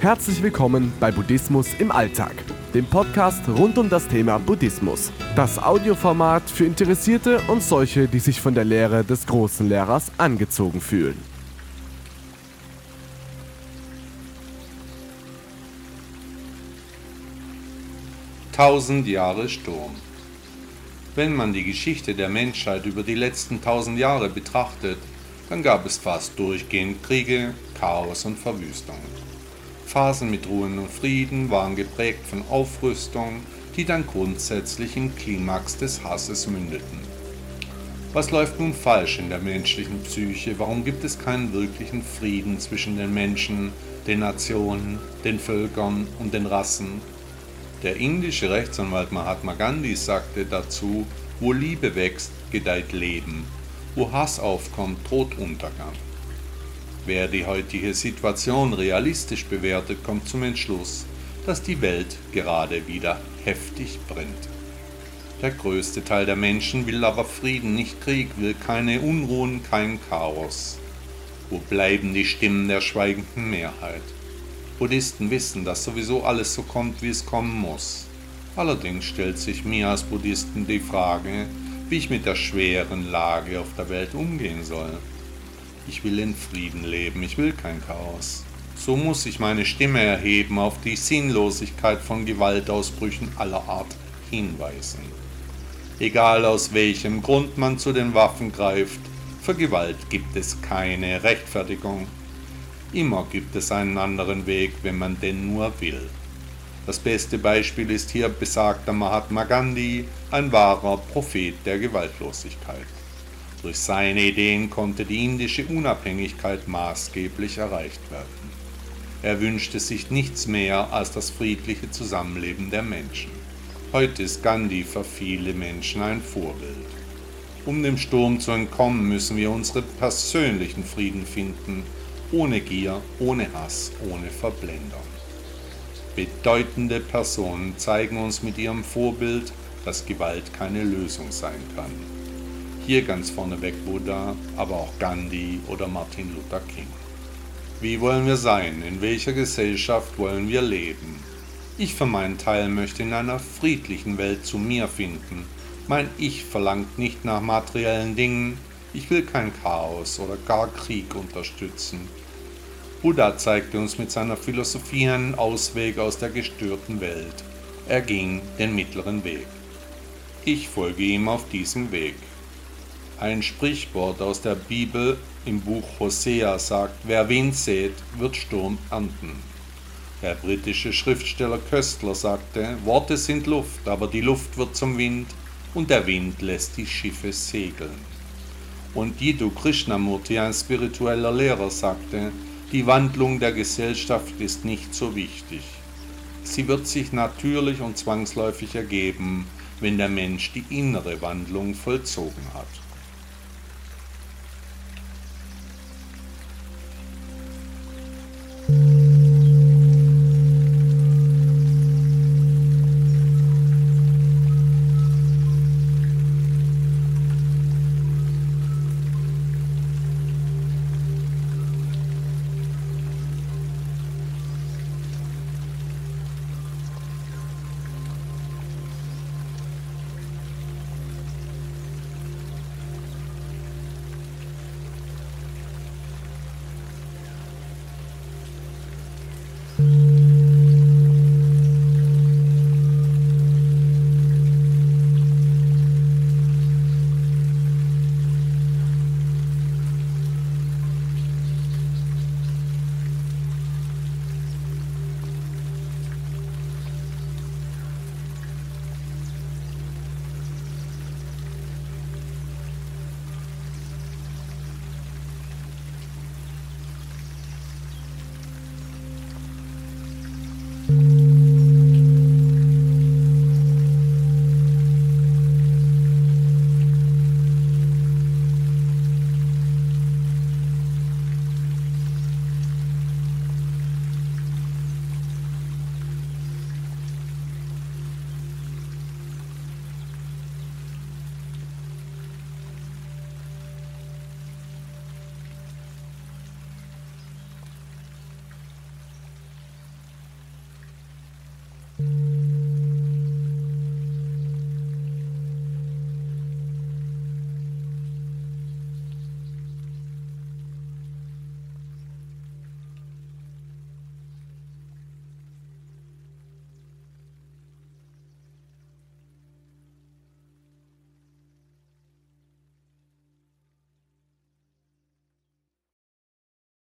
Herzlich willkommen bei Buddhismus im Alltag, dem Podcast rund um das Thema Buddhismus. Das Audioformat für Interessierte und solche, die sich von der Lehre des großen Lehrers angezogen fühlen. Tausend Jahre Sturm. Wenn man die Geschichte der Menschheit über die letzten 1000 Jahre betrachtet, dann gab es fast durchgehend Kriege, Chaos und Verwüstung. Phasen mit Ruhe und Frieden waren geprägt von Aufrüstung, die dann grundsätzlich im Klimax des Hasses mündeten. Was läuft nun falsch in der menschlichen Psyche? Warum gibt es keinen wirklichen Frieden zwischen den Menschen, den Nationen, den Völkern und den Rassen? Der indische Rechtsanwalt Mahatma Gandhi sagte dazu: Wo Liebe wächst, gedeiht Leben, wo Hass aufkommt, droht Untergang. Wer die heutige Situation realistisch bewertet, kommt zum Entschluss, dass die Welt gerade wieder heftig brennt. Der größte Teil der Menschen will aber Frieden, nicht Krieg, will keine Unruhen, kein Chaos. Wo bleiben die Stimmen der schweigenden Mehrheit? Buddhisten wissen, dass sowieso alles so kommt, wie es kommen muss. Allerdings stellt sich mir als Buddhisten die Frage, wie ich mit der schweren Lage auf der Welt umgehen soll. Ich will in Frieden leben, ich will kein Chaos. So muss ich meine Stimme erheben, auf die Sinnlosigkeit von Gewaltausbrüchen aller Art hinweisen. Egal aus welchem Grund man zu den Waffen greift, für Gewalt gibt es keine Rechtfertigung. Immer gibt es einen anderen Weg, wenn man denn nur will. Das beste Beispiel ist hier besagter Mahatma Gandhi, ein wahrer Prophet der Gewaltlosigkeit. Durch seine Ideen konnte die indische Unabhängigkeit maßgeblich erreicht werden. Er wünschte sich nichts mehr als das friedliche Zusammenleben der Menschen. Heute ist Gandhi für viele Menschen ein Vorbild. Um dem Sturm zu entkommen, müssen wir unseren persönlichen Frieden finden, ohne Gier, ohne Hass, ohne Verblendung. Bedeutende Personen zeigen uns mit ihrem Vorbild, dass Gewalt keine Lösung sein kann. Hier ganz vorneweg Buddha, aber auch Gandhi oder Martin Luther King. Wie wollen wir sein? In welcher Gesellschaft wollen wir leben? Ich für meinen Teil möchte in einer friedlichen Welt zu mir finden. Mein Ich verlangt nicht nach materiellen Dingen. Ich will kein Chaos oder gar Krieg unterstützen. Buddha zeigte uns mit seiner Philosophie einen Ausweg aus der gestörten Welt. Er ging den mittleren Weg. Ich folge ihm auf diesem Weg. Ein Sprichwort aus der Bibel im Buch Hosea sagt: Wer Wind sät, wird Sturm ernten. Der britische Schriftsteller Köstler sagte: Worte sind Luft, aber die Luft wird zum Wind und der Wind lässt die Schiffe segeln. Und Jiddu Krishnamurti, ein spiritueller Lehrer, sagte: Die Wandlung der Gesellschaft ist nicht so wichtig. Sie wird sich natürlich und zwangsläufig ergeben, wenn der Mensch die innere Wandlung vollzogen hat.